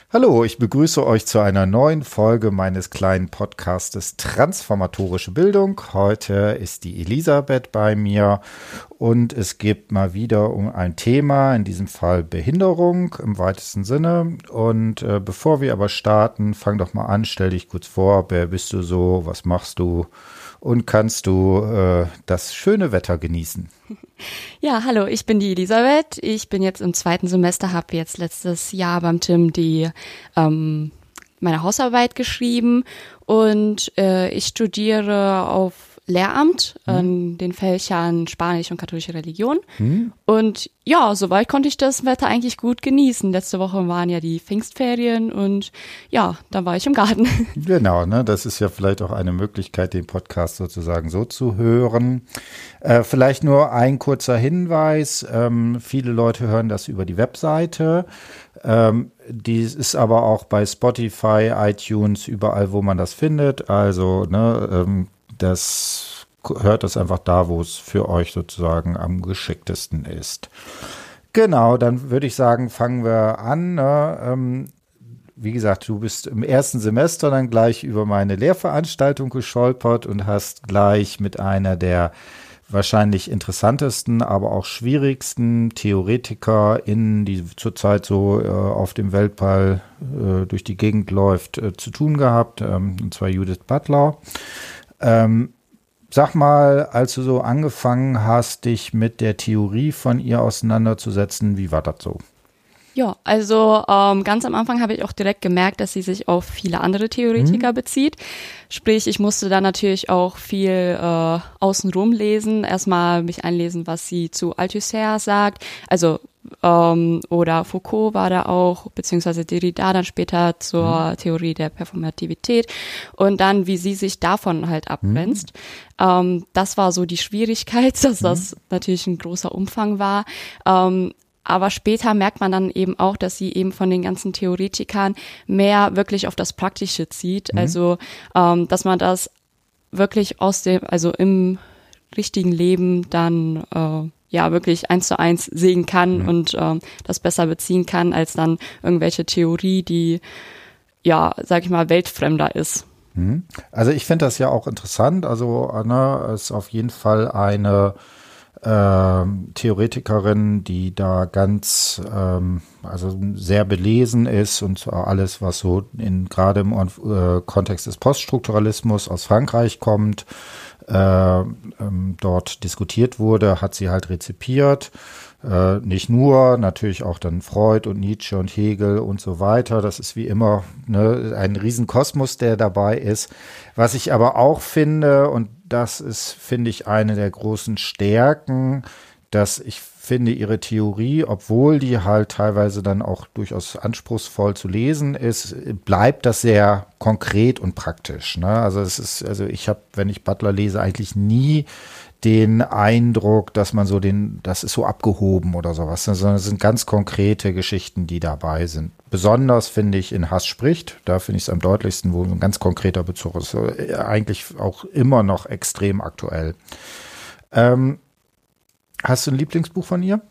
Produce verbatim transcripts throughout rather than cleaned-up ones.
Hallo, ich begrüße euch zu einer neuen Folge meines kleinen Podcastes Transformatorische Bildung. Heute ist die Elisabeth bei mir und es geht mal wieder um ein Thema, in diesem Fall Behinderung im weitesten Sinne. Und äh, bevor wir aber starten, fang doch mal an, stell dich kurz vor, wer bist du so, was machst du und kannst du äh, das schöne Wetter genießen? Ja, hallo, ich bin die Elisabeth. Ich bin jetzt im zweiten Semester, habe jetzt letztes Jahr beim Tim die ähm, meine Hausarbeit geschrieben und äh, ich studiere auf Lehramt hm. in den Fächern Spanisch und katholische Religion. Hm. Und ja, soweit konnte ich das Wetter eigentlich gut genießen. Letzte Woche waren ja die Pfingstferien und ja, dann war ich im Garten. Genau, ne, das ist ja vielleicht auch eine Möglichkeit, den Podcast sozusagen so zu hören. Äh, vielleicht nur ein kurzer Hinweis. Ähm, viele Leute hören das über die Webseite. Ähm, die ist aber auch bei Spotify, iTunes, überall, wo man das findet. Also, ne, ähm, das hört das einfach da, wo es für euch sozusagen am geschicktesten ist. Genau, dann würde ich sagen, fangen wir an. Ne? Ähm, wie gesagt, du bist im ersten Semester dann gleich über meine Lehrveranstaltung gestolpert und hast gleich mit einer der wahrscheinlich interessantesten, aber auch schwierigsten TheoretikerInnen, die zurzeit so äh, auf dem Weltball äh, durch die Gegend läuft, äh, zu tun gehabt, ähm, und zwar Judith Butler. Ähm, sag mal, als du so angefangen hast, dich mit der Theorie von ihr auseinanderzusetzen, wie war das so? Ja, also ähm, ganz am Anfang habe ich auch direkt gemerkt, dass sie sich auf viele andere Theoretiker mhm. bezieht. Sprich, ich musste da natürlich auch viel äh, außenrum lesen. Erstmal mich einlesen, was sie zu Althusser sagt. Also ähm, oder Foucault war da auch, beziehungsweise Derrida dann später zur mhm. Theorie der Performativität. Und dann, wie sie sich davon halt abgrenzt. Mhm. Ähm, das war so die Schwierigkeit, dass mhm. das natürlich ein großer Umfang war. Ähm, Aber später merkt man dann eben auch, dass sie eben von den ganzen Theoretikern mehr wirklich auf das Praktische zieht. Mhm. Also, ähm, dass man das wirklich aus dem, also im richtigen Leben dann, äh, ja, wirklich eins zu eins sehen kann mhm. und ähm, das besser beziehen kann, als dann irgendwelche Theorie, die, ja, sag ich mal, weltfremder ist. Mhm. Also ich finde das ja auch interessant. Also, Anna ist auf jeden Fall eine Ähm, Theoretikerin, die da ganz, ähm, also sehr belesen ist und alles, was so in gerade im äh, Kontext des Poststrukturalismus aus Frankreich kommt, äh, ähm, dort diskutiert wurde, hat sie halt rezipiert. Äh, nicht nur, natürlich auch dann Freud und Nietzsche und Hegel und so weiter. Das ist wie immer, ne, ein Riesenkosmos, der dabei ist. Was ich aber auch finde, und das ist, finde ich, eine der großen Stärken, dass ich finde, ihre Theorie, obwohl die halt teilweise dann auch durchaus anspruchsvoll zu lesen ist, bleibt das sehr konkret und praktisch. Ne? Also es ist, also ich habe, wenn ich Butler lese, eigentlich nie den Eindruck, dass man so den, das ist so abgehoben oder sowas, sondern es sind ganz konkrete Geschichten, die dabei sind. Besonders finde ich in Hass spricht, da finde ich es am deutlichsten, wo ein ganz konkreter Bezug ist. Eigentlich auch immer noch extrem aktuell. Ähm, hast du ein Lieblingsbuch von ihr?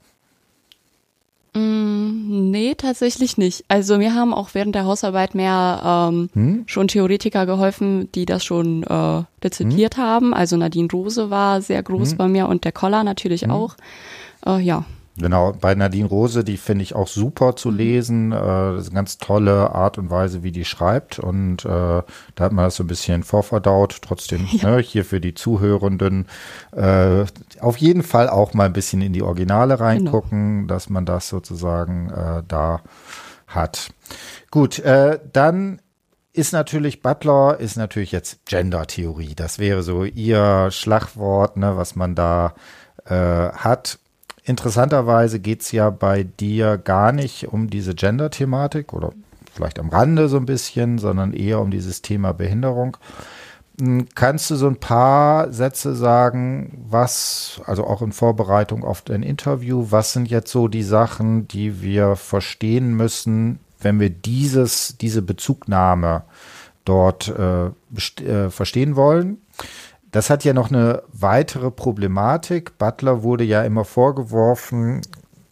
Mm, nee, tatsächlich nicht. Also mir haben auch während der Hausarbeit mehr ähm, hm? schon Theoretiker geholfen, die das schon äh, rezipiert hm? haben. Also Nadine Rose war sehr groß hm? bei mir und der Koller natürlich hm? auch. Äh, ja. Genau, bei Nadine Rose, die finde ich auch super zu lesen. Äh, das ist eine ganz tolle Art und Weise, wie die schreibt. Und äh, da hat man das so ein bisschen vorverdaut. Trotzdem, ja. ne, hier für die Zuhörenden äh, auf jeden Fall auch mal ein bisschen in die Originale reingucken, genau. dass man das sozusagen äh, da hat. Gut, äh, dann ist natürlich Butler, ist natürlich jetzt Gender-Theorie. Das wäre so ihr Schlagwort, ne, was man da äh, hat. Interessanterweise geht es ja bei dir gar nicht um diese Gender-Thematik oder vielleicht am Rande so ein bisschen, sondern eher um dieses Thema Behinderung. Kannst du so ein paar Sätze sagen, was, also auch in Vorbereitung auf dein Interview, was sind jetzt so die Sachen, die wir verstehen müssen, wenn wir dieses, diese Bezugnahme dort äh, best- äh, verstehen wollen? Das hat ja noch eine weitere Problematik. Butler wurde ja immer vorgeworfen,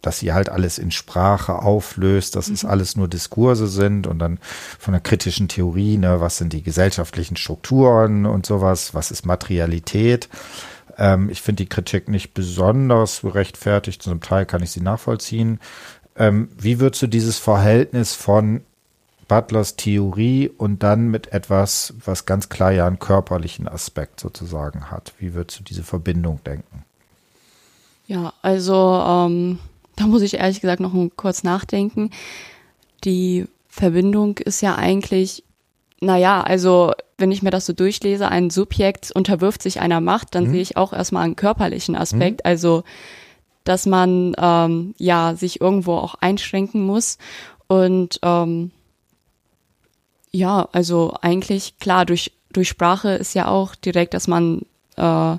dass sie halt alles in Sprache auflöst, dass mhm. es alles nur Diskurse sind und dann von der kritischen Theorie, ne, was sind die gesellschaftlichen Strukturen und sowas, was ist Materialität. Ähm, ich finde die Kritik nicht besonders gerechtfertigt, zum Teil kann ich sie nachvollziehen. Ähm, wie würdest du dieses Verhältnis von Butlers Theorie und dann mit etwas, was ganz klar ja einen körperlichen Aspekt sozusagen hat, wie würdest du diese Verbindung denken? Ja, also ähm da muss ich ehrlich gesagt noch kurz nachdenken. Die Verbindung ist ja eigentlich, naja, also wenn ich mir das so durchlese, ein Subjekt unterwirft sich einer Macht, dann mhm. sehe ich auch erstmal einen körperlichen Aspekt, mhm. also dass man ähm, ja sich irgendwo auch einschränken muss. Und ähm, ja, also eigentlich, klar, durch, durch Sprache ist ja auch direkt, dass man äh,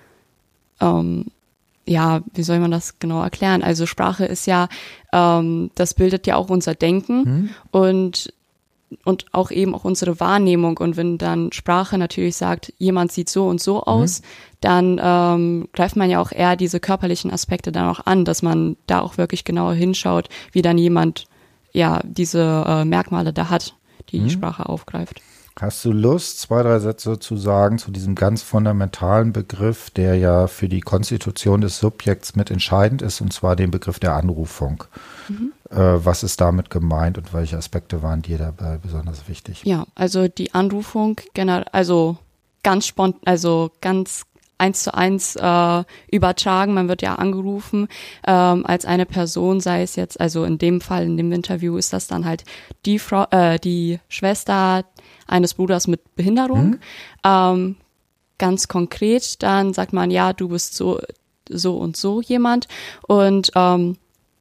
ähm, ja, wie soll man das genau erklären? Also Sprache ist ja, ähm, das bildet ja auch unser Denken mhm. und und auch eben auch unsere Wahrnehmung. Und wenn dann Sprache natürlich sagt, jemand sieht so und so aus, mhm. dann ähm, greift man ja auch eher diese körperlichen Aspekte dann auch an, dass man da auch wirklich genauer hinschaut, wie dann jemand ja diese äh, Merkmale da hat, die mhm. die Sprache aufgreift. Hast du Lust, zwei, drei Sätze zu sagen zu diesem ganz fundamentalen Begriff, der ja für die Konstitution des Subjekts mit entscheidend ist, und zwar den Begriff der Anrufung? Mhm. Äh, was ist damit gemeint und welche Aspekte waren dir dabei besonders wichtig? Ja, also die Anrufung, generell, also ganz spontan, also ganz eins zu eins äh, übertragen. Man wird ja angerufen ähm, als eine Person, sei es jetzt, also in dem Fall, in dem Interview ist das dann halt die Frau, äh, die Schwester eines Bruders mit Behinderung. Mhm. Ähm, ganz konkret, dann sagt man, ja, du bist so, so und so jemand. Und ähm,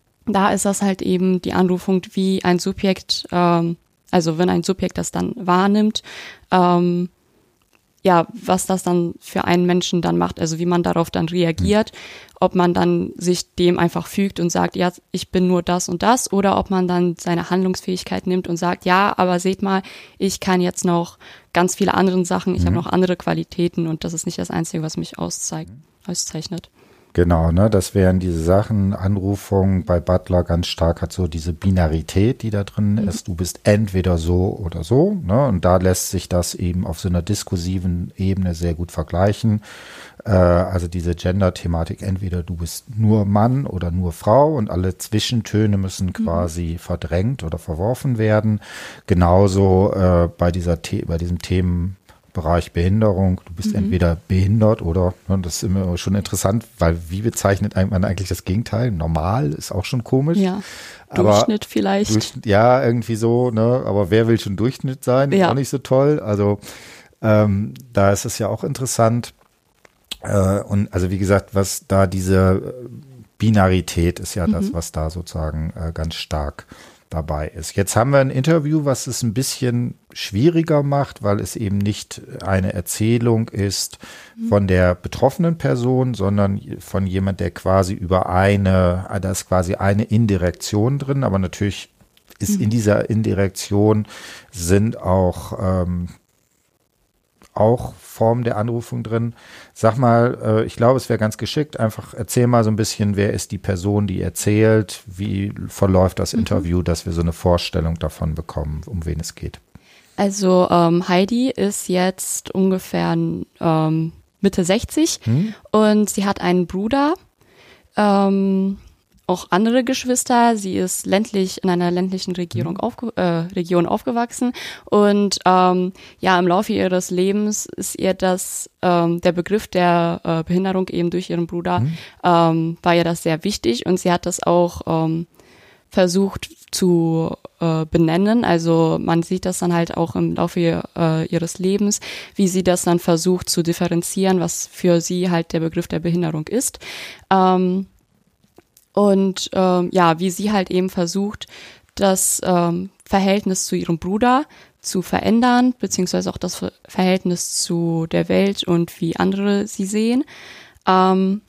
da ist das halt eben die Anrufung, wie ein Subjekt, ähm, also wenn ein Subjekt das dann wahrnimmt, ähm, ja, was das dann für einen Menschen dann macht, also wie man darauf dann reagiert, ob man dann sich dem einfach fügt und sagt, ja, ich bin nur das und das, oder ob man dann seine Handlungsfähigkeit nimmt und sagt, ja, aber seht mal, ich kann jetzt noch ganz viele andere Sachen, ich mhm. habe noch andere Qualitäten und das ist nicht das Einzige, was mich auszeigt, auszeichnet. Genau, ne, das wären diese Sachen, Anrufung bei Butler ganz stark hat so diese Binarität, die da drin mhm. ist. Du bist entweder so oder so, ne, und da lässt sich das eben auf so einer diskursiven Ebene sehr gut vergleichen. Äh, also diese Gender-Thematik, entweder du bist nur Mann oder nur Frau und alle Zwischentöne müssen quasi mhm. verdrängt oder verworfen werden. Genauso äh, bei dieser The- bei diesem Themen Bereich Behinderung, du bist mhm. entweder behindert oder, ne, das ist immer schon interessant, weil wie bezeichnet man eigentlich das Gegenteil? Normal ist auch schon komisch. Ja, aber Durchschnitt vielleicht. Durch, ja, irgendwie so, ne, aber wer will schon Durchschnitt sein? Ja. Auch nicht so toll. Also ähm, da ist es ja auch interessant. Äh, und also wie gesagt, was da diese Binarität ist ja mhm. das, was da sozusagen äh, ganz stark dabei ist. Jetzt haben wir ein Interview, was es ein bisschen schwieriger macht, weil es eben nicht eine Erzählung ist von der betroffenen Person, sondern von jemand, der quasi über eine, da ist quasi eine Indirektion drin, aber natürlich ist mhm. in dieser Indirektion sind auch ähm, auch Formen der Anrufung drin. Sag mal, äh, ich glaube, es wäre ganz geschickt, einfach erzähl mal so ein bisschen, wer ist die Person, die erzählt, wie verläuft das mhm. Interview, dass wir so eine Vorstellung davon bekommen, um wen es geht. Also ähm, Heidi ist jetzt ungefähr ähm, Mitte sechzig mhm. und sie hat einen Bruder, ähm, auch andere Geschwister. Sie ist ländlich in einer ländlichen Regierung mhm. aufge äh, Region aufgewachsen und ähm, ja, im Laufe ihres Lebens ist ihr das ähm, der Begriff der äh, Behinderung eben durch ihren Bruder mhm. ähm, war ihr das sehr wichtig und sie hat das auch ähm, versucht zu äh, benennen. Also man sieht das dann halt auch im Laufe ihr, äh, ihres Lebens, wie sie das dann versucht zu differenzieren, was für sie halt der Begriff der Behinderung ist. Ähm, Und ähm, ja, wie sie halt eben versucht, das ähm, Verhältnis zu ihrem Bruder zu verändern, beziehungsweise auch das Ver- Verhältnis zu der Welt und wie andere sie sehen. Ähm,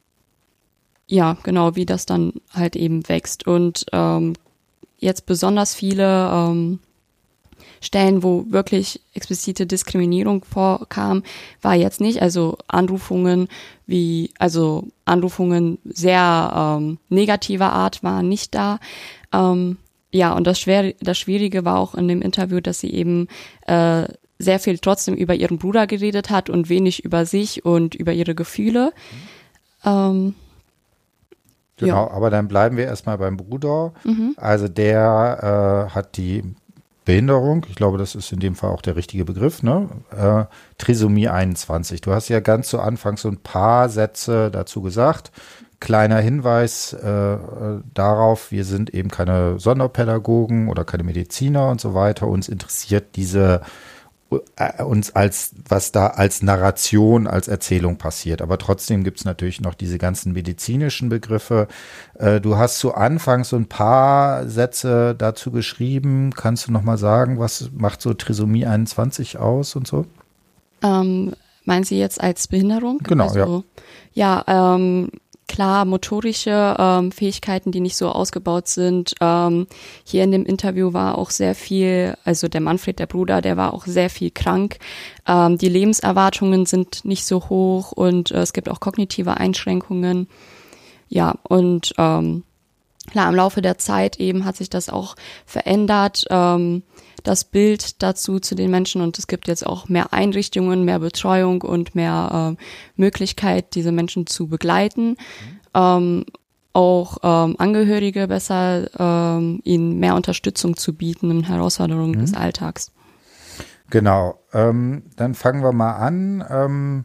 ja, genau, wie das dann halt eben wächst. Und ähm, jetzt besonders viele ähm, Stellen, wo wirklich explizite Diskriminierung vorkam, war jetzt nicht. Also Anrufungen wie, also Anrufungen sehr ähm, negativer Art waren nicht da. Ähm, ja, und das, Schwer, das Schwierige war auch in dem Interview, dass sie eben äh, sehr viel trotzdem über ihren Bruder geredet hat und wenig über sich und über ihre Gefühle. Ähm, Genau, ja. aber dann bleiben wir erstmal beim Bruder. Mhm. Also der äh, hat die Behinderung, ich glaube, das ist in dem Fall auch der richtige Begriff, ne? Äh, Trisomie einundzwanzig. Du hast ja ganz zu Anfang so ein paar Sätze dazu gesagt. Kleiner Hinweis äh, darauf, wir sind eben keine Sonderpädagogen oder keine Mediziner und so weiter. Uns interessiert diese uns als, was da als Narration, als Erzählung passiert. Aber trotzdem gibt es natürlich noch diese ganzen medizinischen Begriffe. Äh, du hast zu Anfang so ein paar Sätze dazu geschrieben. Kannst du noch mal sagen, was macht so Trisomie einundzwanzig aus und so? Ähm, meinen Sie jetzt als Behinderung? Genau, also, ja. Ja, ähm, klar, motorische ähm, Fähigkeiten, die nicht so ausgebaut sind. Ähm, hier in dem Interview war auch sehr viel, also der Manfred, der Bruder, der war auch sehr viel krank. Ähm, die Lebenserwartungen sind nicht so hoch und äh, es gibt auch kognitive Einschränkungen. Ja, und ähm, klar, im Laufe der Zeit eben hat sich das auch verändert, ähm, das Bild dazu zu den Menschen, und es gibt jetzt auch mehr Einrichtungen, mehr Betreuung und mehr äh, Möglichkeit, diese Menschen zu begleiten. Mhm. Ähm, auch ähm, Angehörige besser, ähm, ihnen mehr Unterstützung zu bieten in Herausforderungen mhm. des Alltags. Genau, ähm, dann fangen wir mal an. Ähm,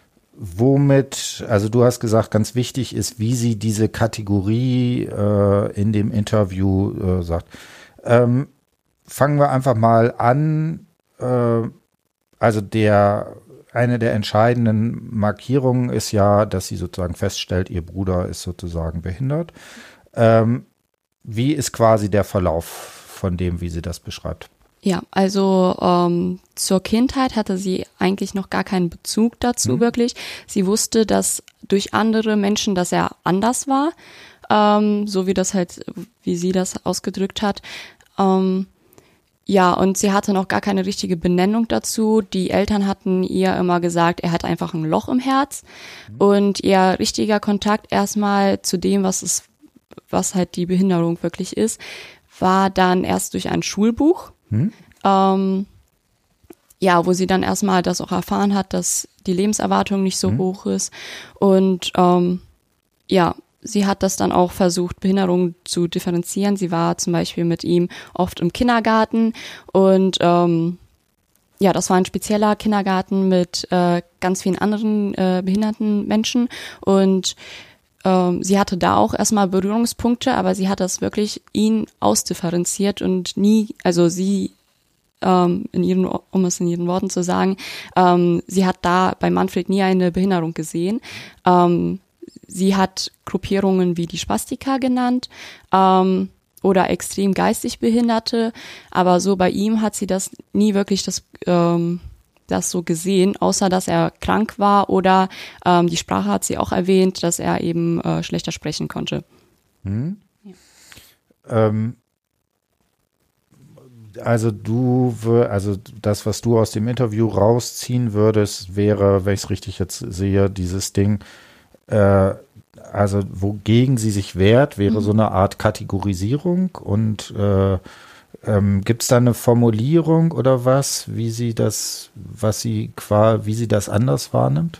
womit, also du hast gesagt, ganz wichtig ist, wie sie diese Kategorie äh, in dem Interview äh, sagt. Ähm, fangen wir einfach mal an. Äh, also der eine der entscheidenden Markierungen ist ja, dass sie sozusagen feststellt, ihr Bruder ist sozusagen behindert. Ähm, wie ist quasi der Verlauf von dem, wie sie das beschreibt? Ja, also ähm, zur Kindheit hatte sie eigentlich noch gar keinen Bezug dazu mhm. wirklich. Sie wusste, dass durch andere Menschen, dass er anders war, ähm, so wie das halt, wie sie das ausgedrückt hat. Ähm, ja, und sie hatte noch gar keine richtige Benennung dazu. Die Eltern hatten ihr immer gesagt, er hat einfach ein Loch im Herz. Mhm. Und ihr richtiger Kontakt erstmal zu dem, was es, was halt die Behinderung wirklich ist, war dann erst durch ein Schulbuch. Hm? Ähm, ja, wo sie dann erstmal das auch erfahren hat, dass die Lebenserwartung nicht so hm. hoch ist. Und ähm, ja, sie hat das dann auch versucht, Behinderungen zu differenzieren. Sie war zum Beispiel mit ihm oft im Kindergarten und ähm, ja, das war ein spezieller Kindergarten mit äh, ganz vielen anderen äh, behinderten Menschen, und ähm, sie hatte da auch erstmal Berührungspunkte, aber sie hat das wirklich ihn ausdifferenziert und nie, also sie ähm, in ihren, um es in ihren Worten zu sagen, ähm, sie hat da bei Manfred nie eine Behinderung gesehen. Ähm, sie hat Gruppierungen wie die Spastiker genannt, ähm, oder extrem geistig Behinderte, aber so bei ihm hat sie das nie wirklich das ähm, das so gesehen, außer dass er krank war oder ähm, die Sprache hat sie auch erwähnt, dass er eben äh, schlechter sprechen konnte. Hm. Ja. Ähm, also du, also das, was du aus dem Interview rausziehen würdest, wäre, wenn ich es richtig jetzt sehe, dieses Ding, äh, also wogegen sie sich wehrt, wäre mhm. so eine Art Kategorisierung, und äh, ähm, gibt es da eine Formulierung oder was, wie sie das, was sie qua, wie sie das anders wahrnimmt?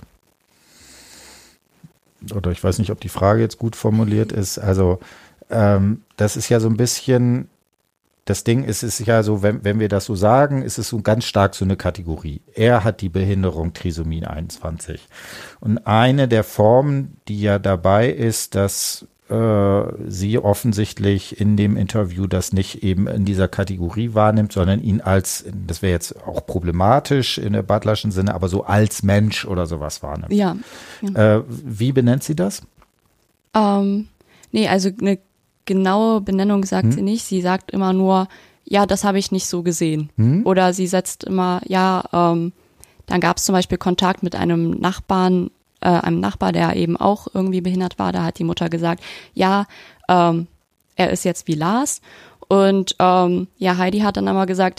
Oder ich weiß nicht, ob die Frage jetzt gut formuliert ist. Also ähm, das ist ja so ein bisschen, das Ding ist, ist ja so, wenn, wenn wir das so sagen, ist es so ganz stark so eine Kategorie. Er hat die Behinderung Trisomie einundzwanzig. Und eine der Formen, die ja dabei ist, dass äh, sie offensichtlich in dem Interview das nicht eben in dieser Kategorie wahrnimmt, sondern ihn als, das wäre jetzt auch problematisch in der Butlerschen Sinne, aber so als Mensch oder sowas wahrnimmt. Ja. ja. Äh, wie benennt sie das? Ähm, nee, also eine genaue Benennung sagt hm? sie nicht. Sie sagt immer nur, ja, das habe ich nicht so gesehen. Hm? Oder sie setzt immer, ja, ähm, dann gab es zum Beispiel Kontakt mit einem Nachbarn, äh, einem Nachbar, der eben auch irgendwie behindert war. Da hat die Mutter gesagt, ja, ähm, er ist jetzt wie Lars. Und ähm, ja, Heidi hat dann aber gesagt, nee,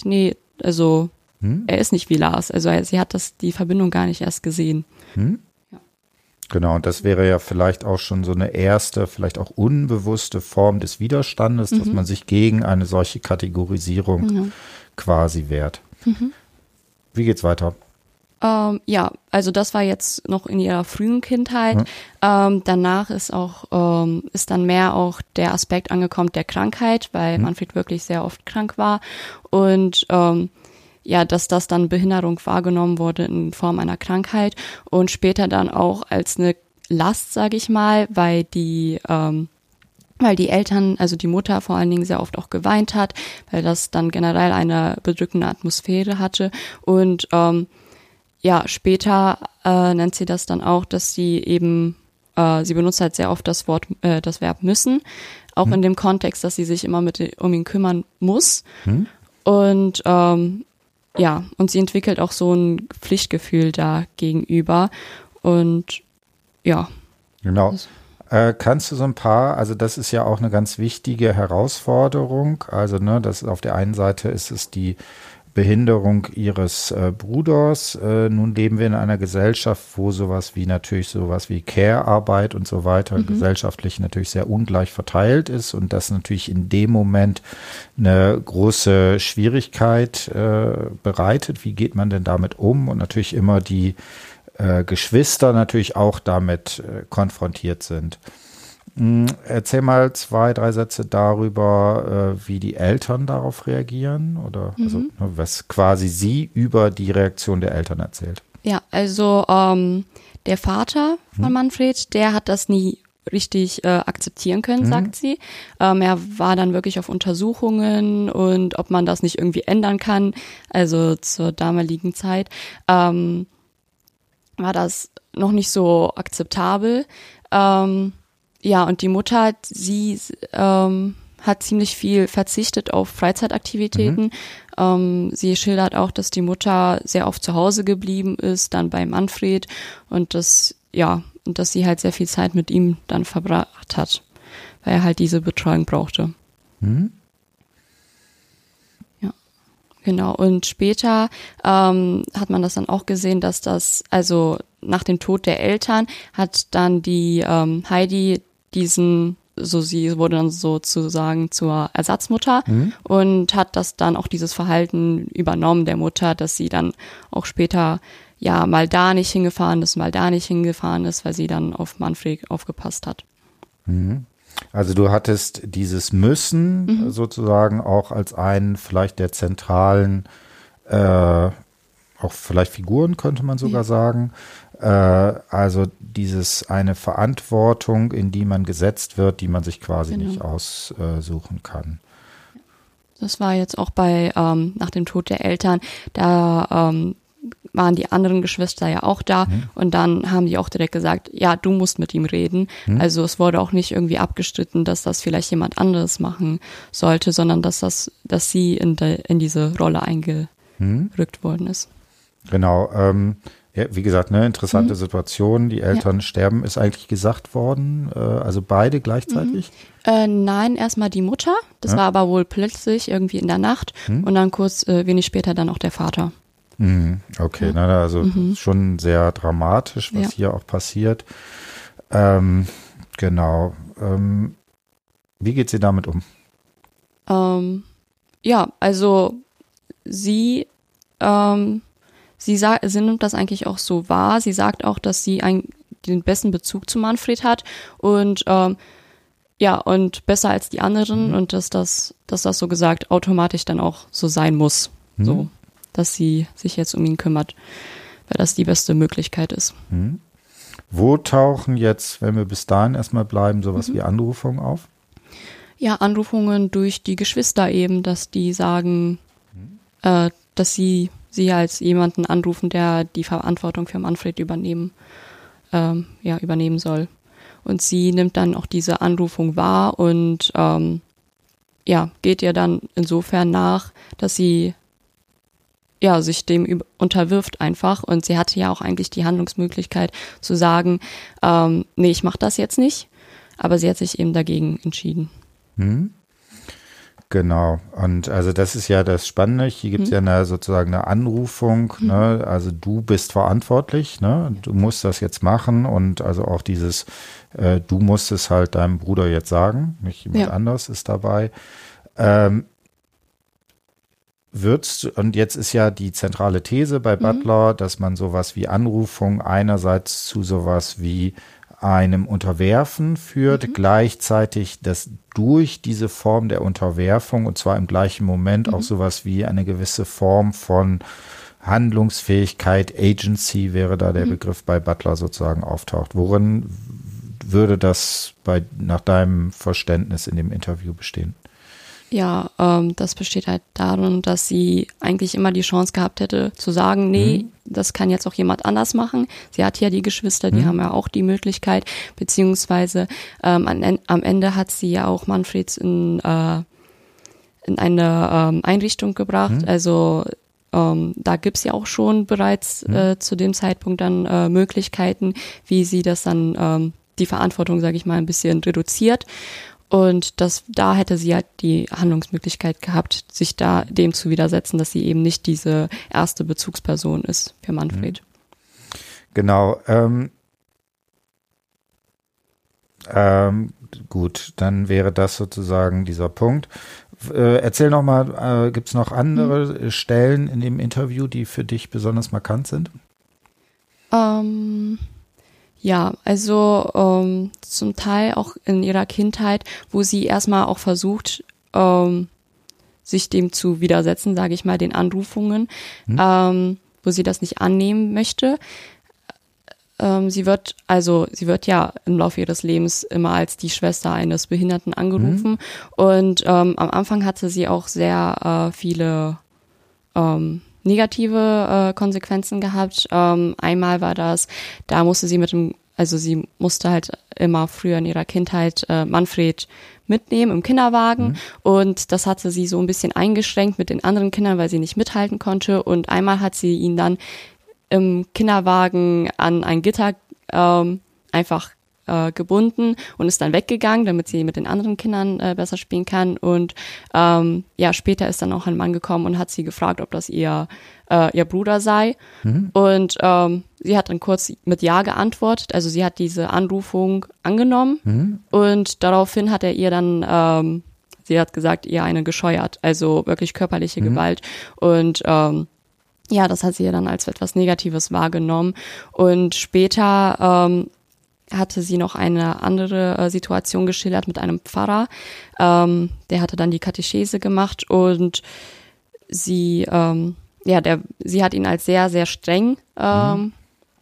also Hm? er ist nicht wie Lars. Also er, sie hat das die Verbindung gar nicht erst gesehen. Hm? Ja. Genau, und das wäre ja vielleicht auch schon so eine erste, vielleicht auch unbewusste Form des Widerstandes, mhm. dass man sich gegen eine solche Kategorisierung mhm. quasi wehrt. Mhm. Wie geht's weiter? Ähm, ja, also das war jetzt noch in ihrer frühen Kindheit. Mhm. Ähm, danach ist auch ähm, ist dann mehr auch der Aspekt angekommen der Krankheit, weil mhm. Manfred wirklich sehr oft krank war und ähm, ja, dass das dann Behinderung wahrgenommen wurde in Form einer Krankheit und später dann auch als eine Last, sage ich mal, weil die ähm, weil die Eltern, also die Mutter vor allen Dingen sehr oft auch geweint hat, weil das dann generell eine bedrückende Atmosphäre hatte und ähm, ja, später äh, nennt sie das dann auch, dass sie eben, äh, sie benutzt halt sehr oft das Wort, äh, das Verb müssen, auch hm. in dem Kontext, dass sie sich immer mit um ihn kümmern muss. Hm. Und ähm, ja, und sie entwickelt auch so ein Pflichtgefühl da gegenüber. Und ja. Genau. Äh, kannst du so ein paar, also das ist ja auch eine ganz wichtige Herausforderung. Also, ne, das auf der einen Seite ist es die Behinderung ihres äh, Bruders. Äh, nun leben wir in einer Gesellschaft, wo sowas wie natürlich sowas wie Care-Arbeit und so weiter mhm. gesellschaftlich natürlich sehr ungleich verteilt ist und das natürlich in dem Moment eine große Schwierigkeit äh, bereitet. Wie geht man denn damit um? Und natürlich immer die äh, Geschwister natürlich auch damit äh, konfrontiert sind. Erzähl mal zwei, drei Sätze darüber, äh, wie die Eltern darauf reagieren oder mhm. also, was quasi sie über die Reaktion der Eltern erzählt. Ja, also ähm, der Vater von hm. Manfred, der hat das nie richtig äh, akzeptieren können, hm. sagt sie. Ähm, er war dann wirklich auf Untersuchungen und ob man das nicht irgendwie ändern kann, also zur damaligen Zeit, ähm, war das noch nicht so akzeptabel. Ähm, Ja, und die Mutter, sie ähm, hat ziemlich viel verzichtet auf Freizeitaktivitäten. Mhm. Ähm, sie schildert auch, dass die Mutter sehr oft zu Hause geblieben ist, dann bei Manfred und das, ja, und dass sie halt sehr viel Zeit mit ihm dann verbracht hat, weil er halt diese Betreuung brauchte. Mhm. Ja, genau. Und später ähm, hat man das dann auch gesehen, dass das, also nach dem Tod der Eltern hat dann die ähm, Heidi diesen, so sie wurde dann sozusagen zur Ersatzmutter mhm. und hat das dann auch dieses Verhalten übernommen der Mutter, dass sie dann auch später ja mal da nicht hingefahren ist, mal da nicht hingefahren ist, weil sie dann auf Manfred aufgepasst hat. Mhm. Also du hattest dieses Müssen mhm. sozusagen auch als einen vielleicht der zentralen, äh, auch vielleicht Figuren könnte man sogar ja. sagen, also dieses eine Verantwortung, in die man gesetzt wird, die man sich quasi genau. nicht aussuchen kann. Das war jetzt auch bei, ähm, nach dem Tod der Eltern, da ähm, waren die anderen Geschwister ja auch da hm. und dann haben die auch direkt gesagt, ja, du musst mit ihm reden. Hm. Also es wurde auch nicht irgendwie abgestritten, dass das vielleicht jemand anderes machen sollte, sondern dass das, dass sie in, de, in diese Rolle eingerückt hm. worden ist. Genau, ähm, ja, wie gesagt, eine interessante mhm. Situation. Die Eltern ja. sterben, ist eigentlich gesagt worden, äh, also beide gleichzeitig? Mhm. Äh, nein, erstmal die Mutter. Das ja. war aber wohl plötzlich irgendwie in der Nacht mhm. und dann kurz äh, wenig später dann auch der Vater. Mhm. Okay, ja. na, also mhm. schon sehr dramatisch, was ja. hier auch passiert. Ähm, genau. Ähm, wie geht sie damit um? Ähm, ja, also sie ähm, Sie, sagt, sie nimmt das eigentlich auch so wahr. Sie sagt auch, dass sie ein, den besten Bezug zu Manfred hat und ähm, ja und besser als die anderen mhm. und dass das, dass das so gesagt automatisch dann auch so sein muss, mhm. so, dass sie sich jetzt um ihn kümmert, weil das die beste Möglichkeit ist. Mhm. Wo tauchen jetzt, wenn wir bis dahin erstmal bleiben, sowas mhm. wie Anrufungen auf? Ja, Anrufungen durch die Geschwister eben, dass die sagen, mhm. äh, dass sie sie als jemanden anrufen, der die Verantwortung für Manfred übernehmen, ähm, ja, übernehmen soll. Und sie nimmt dann auch diese Anrufung wahr und ähm, ja, geht ihr dann insofern nach, dass sie ja sich dem über- unterwirft einfach. Und sie hatte ja auch eigentlich die Handlungsmöglichkeit zu sagen, ähm, nee, ich mach das jetzt nicht. Aber sie hat sich eben dagegen entschieden. Hm. Genau. Und also das ist ja das Spannende. Hier gibt es mhm. ja eine, sozusagen eine Anrufung. Mhm. Ne? Also du bist verantwortlich. Ne? Du musst das jetzt machen. Und also auch dieses, äh, du musst es halt deinem Bruder jetzt sagen. Nicht jemand ja. anders ist dabei. Ähm, Würdest, und jetzt ist ja die zentrale These bei Butler, mhm. dass man sowas wie Anrufung einerseits zu sowas wie einem Unterwerfen führt, mhm. gleichzeitig, dass durch diese Form der Unterwerfung und zwar im gleichen Moment mhm. auch sowas wie eine gewisse Form von Handlungsfähigkeit, Agency wäre da der mhm. Begriff bei Butler sozusagen auftaucht. Worin würde das bei, nach deinem Verständnis in dem Interview bestehen? Ja, ähm, das besteht halt darin, dass sie eigentlich immer die Chance gehabt hätte zu sagen, nee, mhm. das kann jetzt auch jemand anders machen. Sie hat ja die Geschwister, die mhm. haben ja auch die Möglichkeit, beziehungsweise ähm, an, am Ende hat sie ja auch Manfred in, äh, in eine ähm, Einrichtung gebracht. Mhm. Also ähm, da gibt's ja auch schon bereits mhm. äh, zu dem Zeitpunkt dann äh, Möglichkeiten, wie sie das dann, ähm, die Verantwortung, sage ich mal, ein bisschen reduziert. Und das, da hätte sie halt die Handlungsmöglichkeit gehabt, sich da dem zu widersetzen, dass sie eben nicht diese erste Bezugsperson ist für Manfred. Genau. Ähm, ähm, gut, dann wäre das sozusagen dieser Punkt. Äh, erzähl noch mal, äh, gibt es noch andere hm. Stellen in dem Interview, die für dich besonders markant sind? Ähm... Ja, also ähm, zum Teil auch in ihrer Kindheit, wo sie erstmal auch versucht, ähm, sich dem zu widersetzen, sage ich mal, den Anrufungen, hm. ähm, wo sie das nicht annehmen möchte. Ähm, sie wird, also sie wird ja im Laufe ihres Lebens immer als die Schwester eines Behinderten angerufen hm. und ähm, am Anfang hatte sie auch sehr äh, viele ähm, negative äh, Konsequenzen gehabt. Ähm, einmal war das, da musste sie mit dem, also sie musste halt immer früher in ihrer Kindheit äh, Manfred mitnehmen im Kinderwagen mhm. und das hatte sie so ein bisschen eingeschränkt mit den anderen Kindern, weil sie nicht mithalten konnte und einmal hat sie ihn dann im Kinderwagen an ein Gitter ähm, einfach äh, gebunden und ist dann weggegangen, damit sie mit den anderen Kindern äh, besser spielen kann. Und ähm, ja, später ist dann auch ein Mann gekommen und hat sie gefragt, ob das ihr äh, ihr Bruder sei. Mhm. Und ähm, sie hat dann kurz mit Ja geantwortet. Also sie hat diese Anrufung angenommen mhm. und daraufhin hat er ihr dann ähm, sie hat gesagt, ihr eine gescheuert, also wirklich körperliche mhm. Gewalt. Und ähm, ja, das hat sie ja dann als etwas Negatives wahrgenommen. Und später ähm, hatte sie noch eine andere äh, Situation geschildert mit einem Pfarrer. Ähm, der hatte dann die Katechese gemacht und sie, ähm, ja, der, sie hat ihn als sehr, sehr streng ähm, mhm.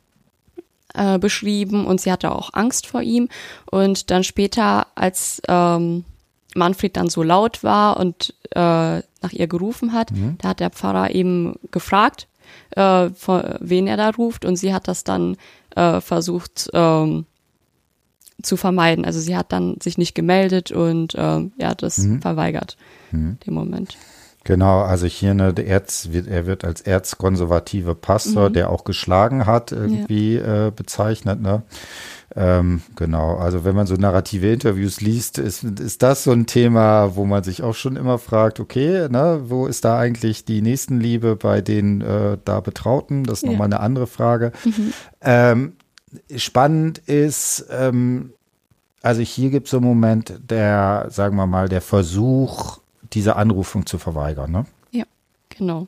äh, beschrieben und sie hatte auch Angst vor ihm. Und dann später, als ähm, Manfred dann so laut war und äh, nach ihr gerufen hat, mhm. da hat der Pfarrer eben gefragt, äh, von, wen er da ruft und sie hat das dann äh, versucht ähm, zu vermeiden. Also sie hat dann sich nicht gemeldet und ähm, ja, das mhm. verweigert mhm. den Moment. Genau, also hier ne, der Erz, er wird als erzkonservative Pastor, mhm. der auch geschlagen hat, irgendwie ja. äh, bezeichnet. Ne? Ähm, genau, also wenn man so narrative Interviews liest, ist, ist das so ein Thema, wo man sich auch schon immer fragt, okay, ne, wo ist da eigentlich die Nächstenliebe bei den äh, da Betrauten? Das ist ja. nochmal eine andere Frage. Mhm. Ähm, Spannend ist, ähm, also hier gibt es so einen Moment, der, sagen wir mal, der Versuch, diese Anrufung zu verweigern, ne? Ja, genau.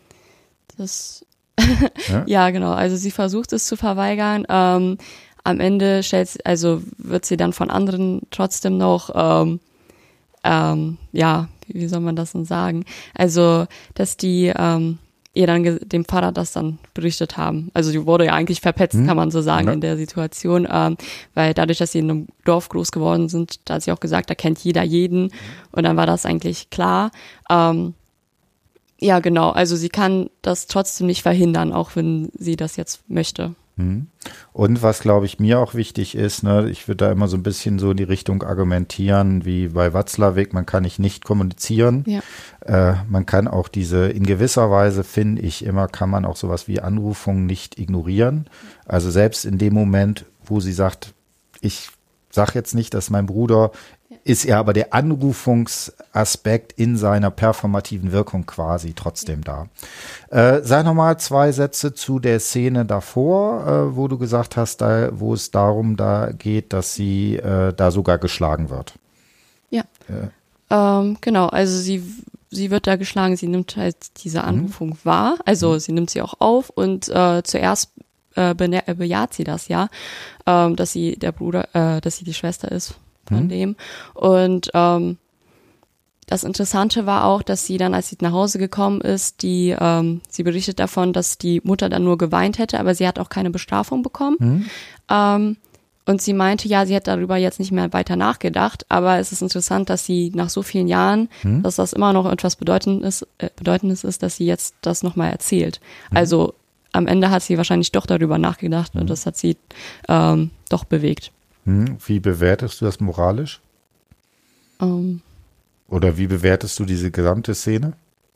Das, ja? ja, genau. Also sie versucht es zu verweigern. Ähm, am Ende stellt sie, also wird sie dann von anderen trotzdem noch, ähm, ähm, ja, wie soll man das denn sagen? Also, dass die, ähm, ihr dann ge- dem Pfarrer das dann berichtet haben. Also die wurde ja eigentlich verpetzt, hm. kann man so sagen, ja. in der Situation, ähm, weil dadurch, dass sie in einem Dorf groß geworden sind, da hat sie auch gesagt, da kennt jeder jeden und dann war das eigentlich klar. Ähm, ja, genau, also sie kann das trotzdem nicht verhindern, auch wenn sie das jetzt möchte. Und was, glaube ich, mir auch wichtig ist, ne, ich würde da immer so ein bisschen so in die Richtung argumentieren, wie bei Watzlawick, man kann nicht nicht kommunizieren. Ja. Äh, man kann auch diese, in gewisser Weise finde ich immer, kann man auch sowas wie Anrufungen nicht ignorieren. Also selbst in dem Moment, wo sie sagt, ich sag jetzt nicht, dass mein Bruder ist ja aber der Anrufungsaspekt in seiner performativen Wirkung quasi trotzdem da. Äh, sag nochmal zwei Sätze zu der Szene davor, äh, wo du gesagt hast, da, wo es darum da geht, dass sie äh, da sogar geschlagen wird. Ja, äh. ähm, genau, also sie, sie wird da geschlagen, sie nimmt halt diese Anrufung mhm. wahr, also mhm. sie nimmt sie auch auf und äh, zuerst äh, bejaht sie das ja, ähm, dass sie der Bruder, äh, dass sie die Schwester ist von mhm. dem. Und ähm, das Interessante war auch, dass sie dann, als sie nach Hause gekommen ist, die, ähm, sie berichtet davon, dass die Mutter dann nur geweint hätte, aber sie hat auch keine Bestrafung bekommen. Mhm. Ähm, und sie meinte, ja, sie hat darüber jetzt nicht mehr weiter nachgedacht, aber es ist interessant, dass sie nach so vielen Jahren, mhm. dass das immer noch etwas Bedeutendes, äh, Bedeutendes ist, dass sie jetzt das nochmal erzählt. Mhm. Also am Ende hat sie wahrscheinlich doch darüber nachgedacht mhm. und das hat sie ähm, doch bewegt. Wie bewertest du das moralisch? Um, Oder wie bewertest du diese gesamte Szene?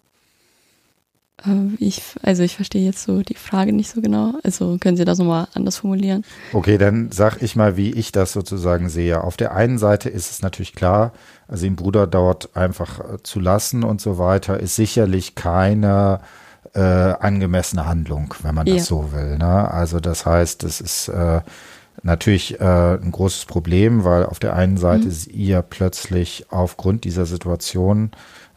Äh, ich, also ich verstehe jetzt so die Frage nicht so genau. Also können Sie das nochmal anders formulieren? Okay, dann sag ich mal, wie ich das sozusagen sehe. Auf der einen Seite ist es natürlich klar, also den Bruder dort einfach äh, zu lassen und so weiter, ist sicherlich keine äh, angemessene Handlung, wenn man das ja. so will. Ne? Also das heißt, es ist äh, natürlich äh, ein großes Problem, weil auf der einen Seite mhm. ihr plötzlich aufgrund dieser Situation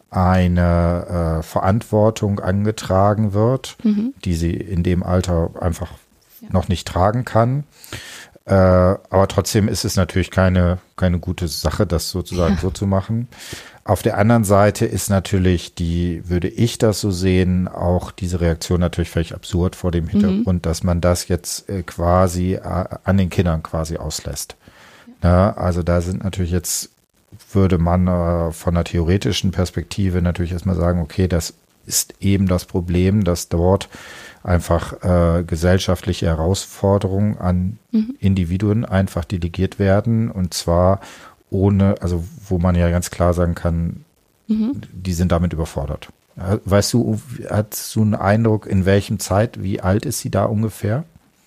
eine äh, Verantwortung angetragen wird, mhm. die sie in dem Alter einfach ja. noch nicht tragen kann. Äh, aber trotzdem ist es natürlich keine, keine gute Sache, das sozusagen ja. so zu machen. Auf der anderen Seite ist natürlich die, würde ich das so sehen, auch diese Reaktion natürlich völlig absurd vor dem Hintergrund, mhm. dass man das jetzt äh, quasi äh, an den Kindern quasi auslässt. Ja. Ja, also da sind natürlich jetzt, würde man äh, von einer theoretischen Perspektive natürlich erstmal sagen, okay, das ist eben das Problem, dass dort einfach äh, gesellschaftliche Herausforderungen an mhm. Individuen einfach delegiert werden und zwar ohne, also wo man ja ganz klar sagen kann, mhm. die sind damit überfordert. Weißt du, hast du einen Eindruck, in welchem Zeit, wie alt ist sie da ungefähr?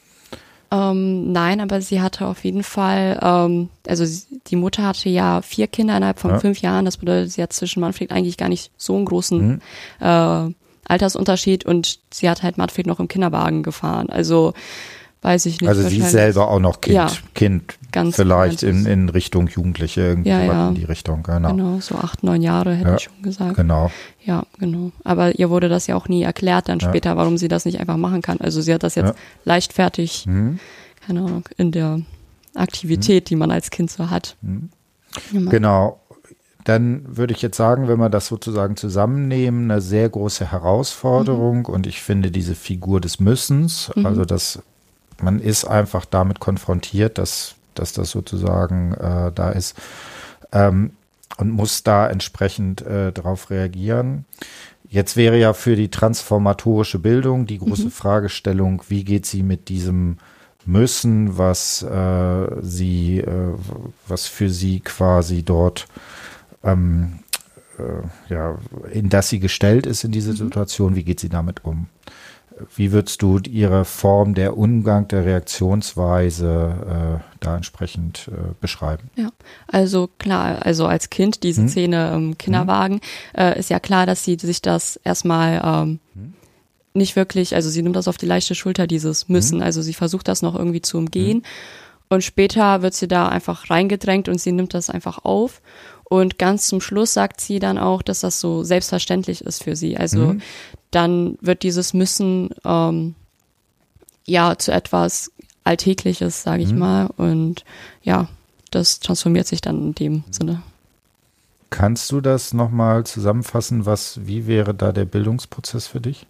Ähm, nein, aber sie hatte auf jeden Fall, ähm, also sie, die Mutter hatte ja vier Kinder innerhalb von ja. fünf Jahren, das bedeutet, sie hat zwischen Manfred eigentlich gar nicht so einen großen mhm. äh, Altersunterschied und sie hat halt Manfred noch im Kinderwagen gefahren, also weiß ich nicht. Also sie ist selber auch noch Kind, ja, Kind ganz vielleicht in, in Richtung Jugendliche, irgendwie ja, ja. in die Richtung. Genau. genau, so acht, neun Jahre hätte ja, ich schon gesagt. Genau. Ja, genau. Aber ihr wurde das ja auch nie erklärt dann später, ja. warum sie das nicht einfach machen kann. Also sie hat das jetzt ja. leichtfertig, mhm. keine Ahnung, in der Aktivität, mhm. die man als Kind so hat. Mhm. Genau. Dann würde ich jetzt sagen, wenn wir das sozusagen zusammennehmen, eine sehr große Herausforderung mhm. und ich finde diese Figur des Müssens, mhm. also das man ist einfach damit konfrontiert, dass, dass das sozusagen äh, da ist ähm, und muss da entsprechend äh, drauf reagieren. Jetzt wäre ja für die transformatorische Bildung die große mhm. Fragestellung, wie geht sie mit diesem Müssen, was äh, sie, äh, was für sie quasi dort ähm, äh, ja, in das sie gestellt ist in diese mhm. Situation, wie geht sie damit um? Wie würdest du ihre Form der Umgang, der Reaktionsweise äh, da entsprechend äh, beschreiben? Ja, also klar, also als Kind, diese hm? Szene im Kinderwagen, hm? äh, ist ja klar, dass sie sich das erstmal ähm, hm? nicht wirklich, also sie nimmt das auf die leichte Schulter, dieses Müssen, hm? also sie versucht das noch irgendwie zu umgehen hm? und später wird sie da einfach reingedrängt und sie nimmt das einfach auf. Und ganz zum Schluss sagt sie dann auch, dass das so selbstverständlich ist für sie. Also mhm. dann wird dieses Müssen ähm, ja zu etwas Alltägliches, sage ich mhm. mal. Und ja, das transformiert sich dann in dem Sinne. Kannst du das nochmal zusammenfassen? Was, wie wäre da der Bildungsprozess für dich?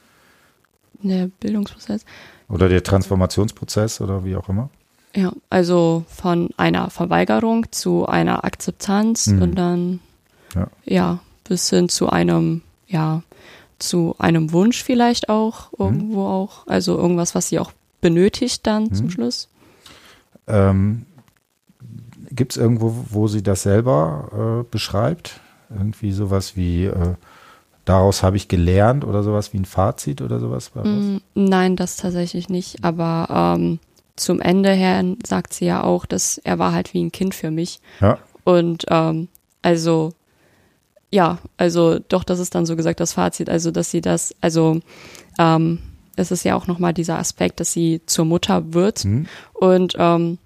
Der Bildungsprozess? Oder der Transformationsprozess oder wie auch immer? Ja, also von einer Verweigerung zu einer Akzeptanz mhm. und dann ja. ja bis hin zu einem, ja, zu einem Wunsch vielleicht auch, irgendwo mhm. auch, also irgendwas, was sie auch benötigt dann mhm. zum Schluss. Ähm, gibt es irgendwo, wo sie das selber äh, beschreibt? Irgendwie sowas wie, äh, daraus habe ich gelernt oder sowas wie ein Fazit oder sowas? Mm, nein, das tatsächlich nicht, aber ähm, zum Ende her sagt sie ja auch, dass er war halt wie ein Kind für mich. Ja. Und ähm, also ja, also doch, das ist dann so gesagt das Fazit, also dass sie das, also ähm, es ist ja auch nochmal dieser Aspekt, dass sie zur Mutter wird mhm. und ähm,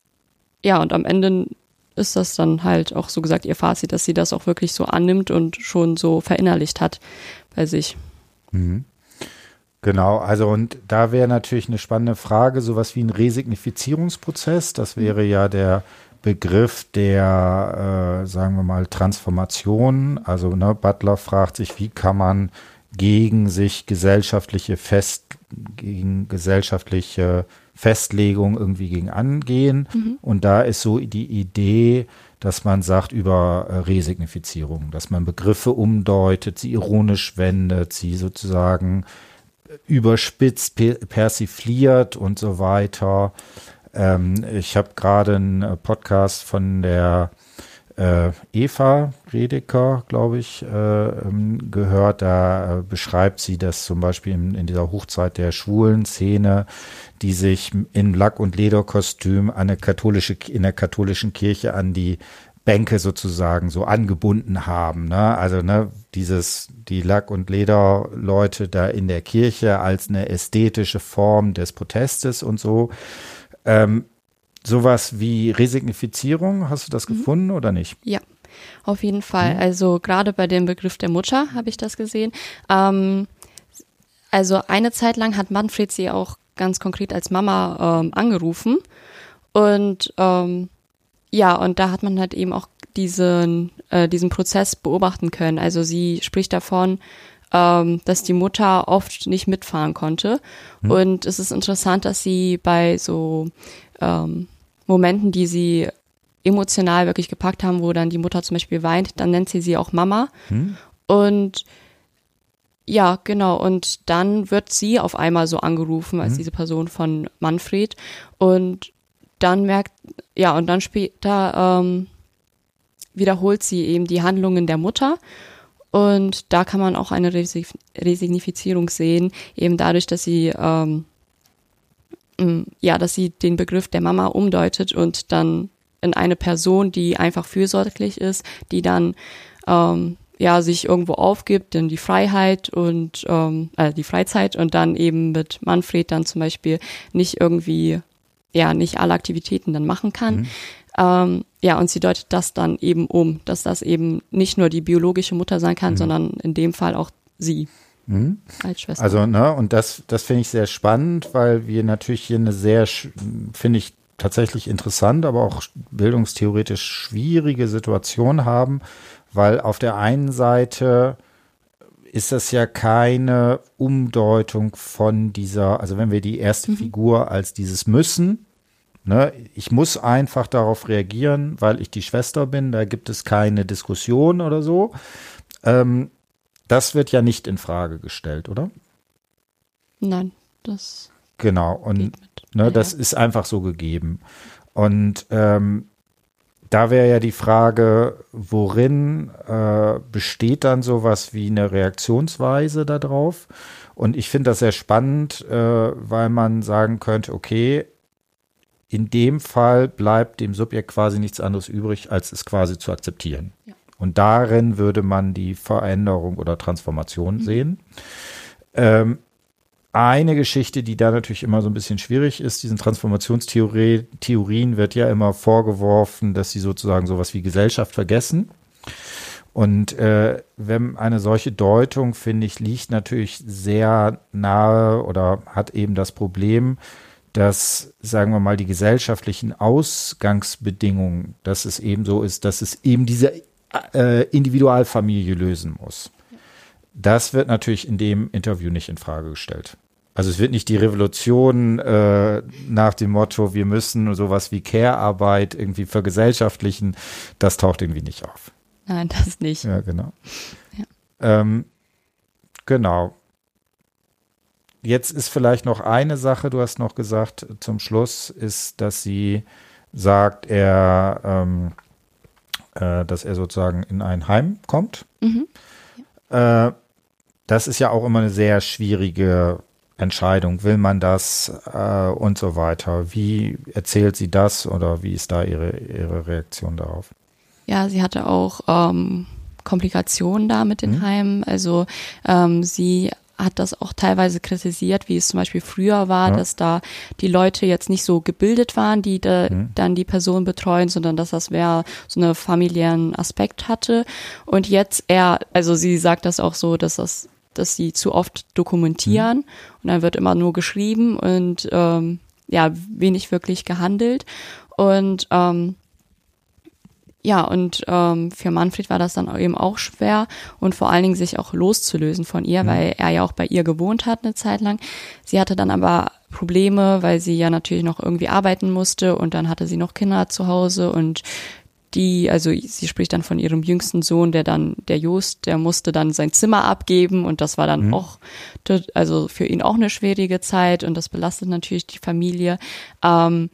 ja, und am Ende ist das dann halt auch so gesagt ihr Fazit, dass sie das auch wirklich so annimmt und schon so verinnerlicht hat bei sich. Mhm. Genau, also und da wäre natürlich eine spannende Frage, sowas wie ein Resignifizierungsprozess, das wäre ja der Begriff der, äh, sagen wir mal, Transformation. Also ne, Butler fragt sich, wie kann man gegen sich gesellschaftliche Fest, gegen gesellschaftliche Festlegung irgendwie gegen angehen. Mhm. Und da ist so die Idee, dass man sagt über äh, Resignifizierung, dass man Begriffe umdeutet, sie ironisch wendet, sie sozusagen überspitzt, persifliert und so weiter. Ähm, ich habe gerade einen Podcast von der äh, Eva Redeker, glaube ich, äh, gehört. Da äh, beschreibt sie das zum Beispiel in, in dieser Hochzeit der schwulen Szene, die sich in Lack- und Lederkostüm an eine katholische, in der katholischen Kirche an die Bänke sozusagen so angebunden haben, ne? Also ne, dieses, die Lack- und Lederleute da in der Kirche als eine ästhetische Form des Protestes und so. Ähm, sowas wie Resignifizierung, hast du das mhm. gefunden oder nicht? Ja, auf jeden Fall. Mhm. Also gerade bei dem Begriff der Mutter habe ich das gesehen. Ähm, also eine Zeit lang hat Manfred sie auch ganz konkret als Mama ähm, angerufen und ähm, ja, und da hat man halt eben auch diesen, äh, diesen Prozess beobachten können. Also sie spricht davon, ähm, dass die Mutter oft nicht mitfahren konnte. Hm. Und es ist interessant, dass sie bei so ähm, Momenten, die sie emotional wirklich gepackt haben, wo dann die Mutter zum Beispiel weint, dann nennt sie sie auch Mama. Hm. Und ja, genau. Und dann wird sie auf einmal so angerufen als hm. diese Person von Manfred. Und dann merkt, ja, und dann später ähm, wiederholt sie eben die Handlungen der Mutter. Und da kann man auch eine Resig- Resignifizierung sehen, eben dadurch, dass sie, ähm, mh, ja, dass sie den Begriff der Mama umdeutet und dann in eine Person, die einfach fürsorglich ist, die dann, ähm, ja, sich irgendwo aufgibt in die Freiheit und, ähm, äh, die Freizeit und dann eben mit Manfred dann zum Beispiel nicht irgendwie ja nicht alle Aktivitäten dann machen kann. Mhm. Ähm, ja, und sie deutet das dann eben um, dass das eben nicht nur die biologische Mutter sein kann, mhm. sondern in dem Fall auch sie mhm. als Schwester. Also, ne, und das, das finde ich sehr spannend, weil wir natürlich hier eine sehr, finde ich tatsächlich interessant, aber auch bildungstheoretisch schwierige Situation haben, weil auf der einen Seite ist das ja keine Umdeutung von dieser, also wenn wir die erste mhm. Figur als dieses Müssen, ne, ich muss einfach darauf reagieren, weil ich die Schwester bin, da gibt es keine Diskussion oder so. Ähm, das wird ja nicht in Frage gestellt, oder? Nein, das genau, und ne, ja. das ist einfach so gegeben. Und ähm, da wäre ja die Frage, worin äh, besteht dann sowas wie eine Reaktionsweise darauf? Und ich finde das sehr spannend, äh, weil man sagen könnte, okay, in dem Fall bleibt dem Subjekt quasi nichts anderes übrig, als es quasi zu akzeptieren. Ja. Und darin würde man die Veränderung oder Transformation mhm. sehen. Ähm, Eine Geschichte, die da natürlich immer so ein bisschen schwierig ist, diesen Transformationstheorien wird ja immer vorgeworfen, dass sie sozusagen sowas wie Gesellschaft vergessen. Und äh, wenn eine solche Deutung, finde ich, liegt natürlich sehr nahe oder hat eben das Problem, dass, sagen wir mal, die gesellschaftlichen Ausgangsbedingungen, dass es eben so ist, dass es eben diese äh, Individualfamilie lösen muss. Das wird natürlich in dem Interview nicht in Frage gestellt. Also es wird nicht die Revolution äh, nach dem Motto, wir müssen sowas wie Care-Arbeit irgendwie vergesellschaftlichen, das taucht irgendwie nicht auf. Nein, das nicht. Ja, genau. Ja. Ähm, genau. Jetzt ist vielleicht noch eine Sache, du hast noch gesagt zum Schluss, ist, dass sie sagt, er, ähm, äh, dass er sozusagen in ein Heim kommt. Mhm. Äh, das ist ja auch immer eine sehr schwierige Entscheidung. Will man das äh, und so weiter? Wie erzählt sie das oder wie ist da ihre, ihre Reaktion darauf? ja, sie hatte auch ähm, Komplikationen da mit den mhm. Heimen. Also ähm, sie hat das auch teilweise kritisiert, wie es zum Beispiel früher war, ja. dass da die Leute jetzt nicht so gebildet waren, die da, mhm. dann die Person betreuen, sondern dass das mehr so einen familiären Aspekt hatte. Und jetzt eher, also sie sagt das auch so, dass das, dass sie zu oft dokumentieren mhm. und dann wird immer nur geschrieben und ähm, ja, wenig wirklich gehandelt. Und ähm, Ja, und ähm, für Manfred war das dann eben auch schwer und vor allen Dingen sich auch loszulösen von ihr, mhm. weil er ja auch bei ihr gewohnt hat eine Zeit lang. Sie hatte dann aber Probleme, weil sie ja natürlich noch irgendwie arbeiten musste und dann hatte sie noch Kinder zu Hause und die, also sie spricht dann von ihrem jüngsten Sohn, der dann, der Jost, der musste dann sein Zimmer abgeben und das war dann mhm. auch, also für ihn auch eine schwierige Zeit und das belastet natürlich die Familie. Ähm,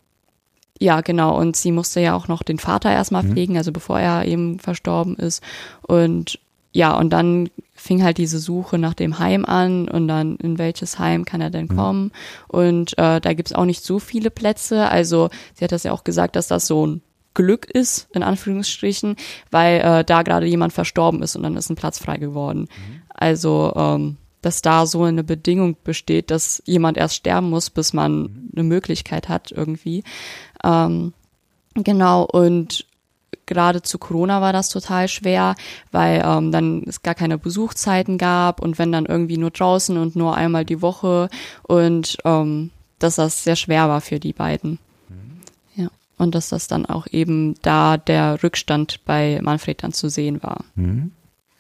Ja, genau. Und sie musste ja auch noch den Vater erstmal mhm. pflegen, also bevor er eben verstorben ist. Und ja, und dann fing halt diese Suche nach dem Heim an und dann in welches Heim kann er denn mhm. kommen. Und äh, da gibt's auch nicht so viele Plätze. Also sie hat das ja auch gesagt, dass das so ein Glück ist, in Anführungsstrichen, weil äh, da gerade jemand verstorben ist und dann ist ein Platz frei geworden. Mhm. Also ähm, dass da so eine Bedingung besteht, dass jemand erst sterben muss, bis man eine Möglichkeit hat irgendwie. Ähm, genau, und gerade zu Corona war das total schwer, weil ähm, dann es gar keine Besuchszeiten gab und wenn dann irgendwie nur draußen und nur einmal die Woche und ähm, dass das sehr schwer war für die beiden. Mhm. Ja, und dass das dann auch eben da der Rückstand bei Manfred dann zu sehen war. Mhm.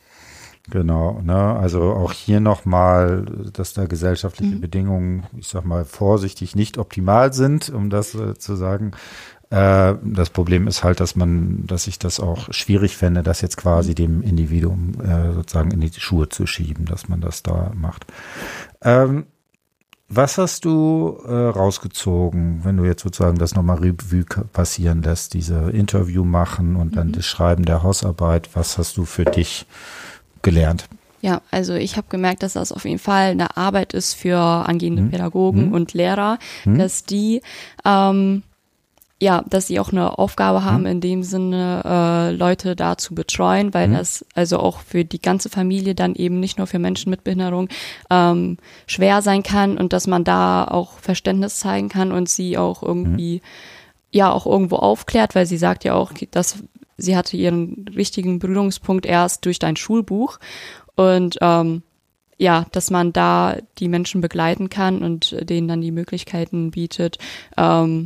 Genau, ne, also auch hier nochmal, dass da gesellschaftliche mhm. Bedingungen, ich sag mal vorsichtig, nicht optimal sind, um das äh, zu sagen. Äh, das Problem ist halt, dass man, dass ich das auch schwierig fände, das jetzt quasi dem Individuum äh, sozusagen in die Schuhe zu schieben, dass man das da macht. Ähm, was hast du äh, rausgezogen, wenn du jetzt sozusagen das nochmal Revue passieren lässt, diese Interview machen und dann mhm. das Schreiben der Hausarbeit, was hast du für dich gelernt? Ja, also ich habe gemerkt, dass das auf jeden Fall eine Arbeit ist für angehende hm. Pädagogen hm. und Lehrer, hm. dass die ähm, ja, dass sie auch eine Aufgabe haben, hm. in dem Sinne äh, Leute da zu betreuen, weil hm. das also auch für die ganze Familie dann eben nicht nur für Menschen mit Behinderung ähm, schwer sein kann und dass man da auch Verständnis zeigen kann und sie auch irgendwie hm. ja auch irgendwo aufklärt, weil sie sagt ja auch, dass sie hatte ihren richtigen Berührungspunkt erst durch dein Schulbuch und ähm, ja, dass man da die Menschen begleiten kann und denen dann die Möglichkeiten bietet, ähm,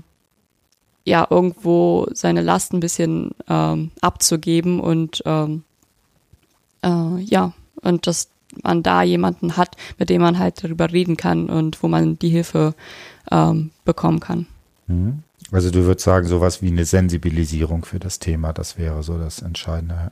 ja, irgendwo seine Last ein bisschen ähm, abzugeben und ähm, äh, ja, und dass man da jemanden hat, mit dem man halt darüber reden kann und wo man die Hilfe ähm, bekommen kann. Mhm. Also du würdest sagen, sowas wie eine Sensibilisierung für das Thema, das wäre so das Entscheidende.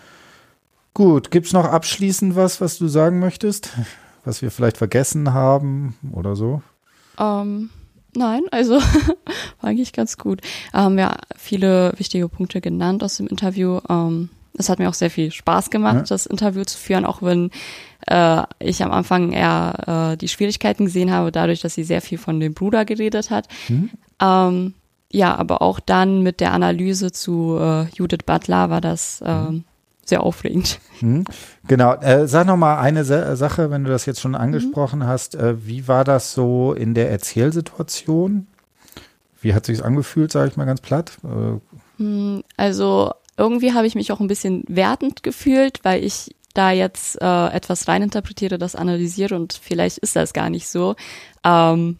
Gut, gibt es noch abschließend was, was du sagen möchtest, was wir vielleicht vergessen haben oder so? Ähm, nein, also war eigentlich ganz gut. Ähm, ja, viele wichtige Punkte genannt aus dem Interview. Ähm, es hat mir auch sehr viel Spaß gemacht, ja. das Interview zu führen, auch wenn äh, ich am Anfang eher äh, die Schwierigkeiten gesehen habe, dadurch, dass sie sehr viel von dem Bruder geredet hat. Mhm. Ähm, ja, aber auch dann mit der Analyse zu äh, Judith Butler war das äh, mhm. sehr aufregend. Mhm. Genau. Äh, sag noch mal eine Sa- Sache, wenn du das jetzt schon angesprochen mhm. hast. Äh, wie war das so in der Erzählsituation? Wie hat sich's angefühlt, sage ich mal ganz platt? Äh, also irgendwie habe ich mich auch ein bisschen wertend gefühlt, weil ich da jetzt äh, etwas reininterpretiere, das analysiere und vielleicht ist das gar nicht so. Ähm,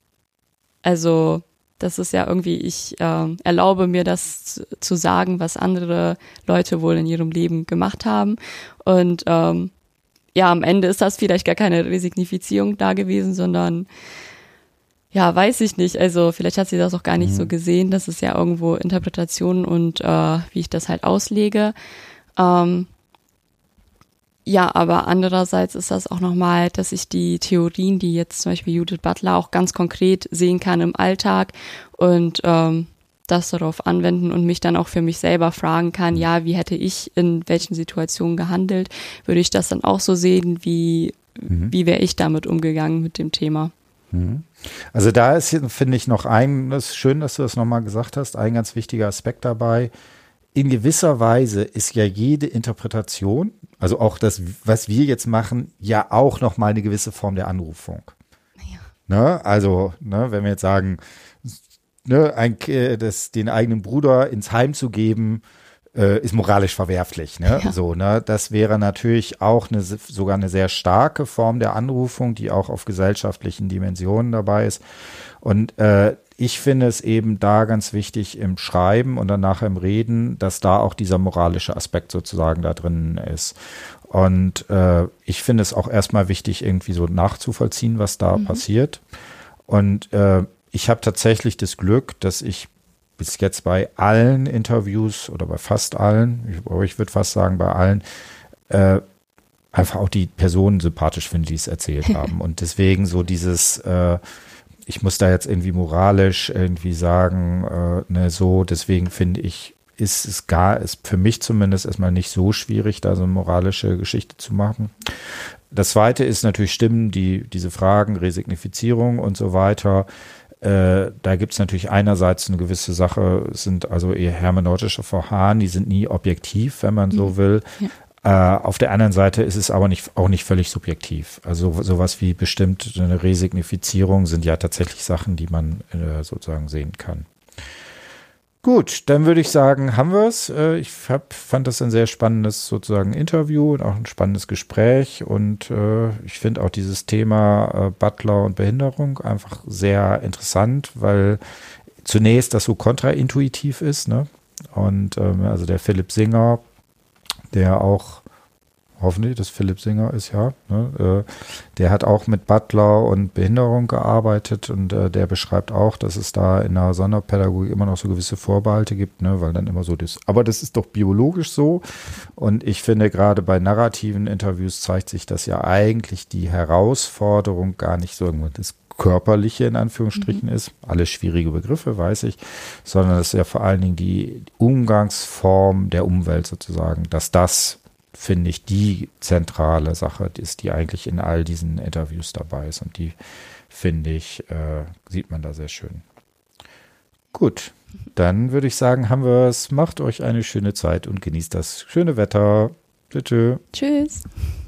also das ist ja irgendwie, ich äh, erlaube mir das zu, zu sagen, was andere Leute wohl in ihrem Leben gemacht haben. Und ähm, ja, am Ende ist das vielleicht gar keine Resignifizierung da gewesen, sondern ja, weiß ich nicht. Also vielleicht hat sie das auch gar nicht mhm. so gesehen. Das ist ja irgendwo Interpretation und äh, wie ich das halt auslege. Ähm, Ja, aber andererseits ist das auch nochmal, dass ich die Theorien, die jetzt zum Beispiel Judith Butler auch ganz konkret sehen kann im Alltag und ähm, das darauf anwenden und mich dann auch für mich selber fragen kann, ja, wie hätte ich in welchen Situationen gehandelt? Würde ich das dann auch so sehen, wie, mhm. wie wäre ich damit umgegangen mit dem Thema? Mhm. Also da ist, finde ich, noch ein, das ist schön, dass du das nochmal gesagt hast, ein ganz wichtiger Aspekt dabei. in gewisser Weise ist ja jede Interpretation, also auch das, was wir jetzt machen, ja auch nochmal eine gewisse Form der Anrufung. Ja. Ne? Also, ne, wenn wir jetzt sagen, ne, ein, das, den eigenen Bruder ins Heim zu geben, äh, ist moralisch verwerflich. Ne? Ja. So, ne? Das wäre natürlich auch eine, sogar eine sehr starke Form der Anrufung, die auch auf gesellschaftlichen Dimensionen dabei ist. Und äh, ich finde es eben da ganz wichtig im Schreiben und dann nachher im Reden, dass da auch dieser moralische Aspekt sozusagen da drin ist. Und äh, ich finde es auch erstmal wichtig, irgendwie so nachzuvollziehen, was da mhm. passiert. Und äh, ich habe tatsächlich das Glück, dass ich bis jetzt bei allen Interviews oder bei fast allen, ich, aber ich würde fast sagen bei allen, äh, einfach auch die Personen sympathisch finde, die es erzählt haben. Und deswegen so dieses äh, ich muss da jetzt irgendwie moralisch irgendwie sagen, äh, ne, so, deswegen finde ich, ist es gar, ist für mich zumindest erstmal nicht so schwierig, da so eine moralische Geschichte zu machen. Das Zweite ist natürlich Stimmen, die, diese Fragen, Resignifizierung und so weiter. Äh, da gibt es natürlich einerseits eine gewisse Sache, sind also eher hermeneutische Verfahren, die sind nie objektiv, wenn man so will. Ja. Äh, auf der anderen Seite ist es aber nicht, auch nicht völlig subjektiv. Also sowas wie bestimmt eine Resignifizierung sind ja tatsächlich Sachen, die man äh, sozusagen sehen kann. Gut, dann würde ich sagen, haben wir es. Äh, ich hab, fand das ein sehr spannendes sozusagen Interview und auch ein spannendes Gespräch und äh, ich finde auch dieses Thema äh, Butler und Behinderung einfach sehr interessant, weil zunächst das so kontraintuitiv ist, ne? Und ähm, also der Philipp Singer, der auch, hoffentlich, dass Philipp Singer ist, ja, ne, äh, der hat auch mit Butler und Behinderung gearbeitet und äh, der beschreibt auch, dass es da in der Sonderpädagogik immer noch so gewisse Vorbehalte gibt, ne, weil dann immer so das, aber das ist doch biologisch so und ich finde gerade bei narrativen Interviews zeigt sich, dass ja eigentlich die Herausforderung gar nicht so irgendwo das Körperliche in Anführungsstrichen mhm. ist, alles schwierige Begriffe, weiß ich, sondern es ist ja vor allen Dingen die Umgangsform der Umwelt sozusagen, dass das, finde ich, die zentrale Sache ist, die eigentlich in all diesen Interviews dabei ist und die, finde ich, äh, sieht man da sehr schön. Gut, dann würde ich sagen, haben wir es, macht euch eine schöne Zeit und genießt das schöne Wetter. Tschüss. Tschüss.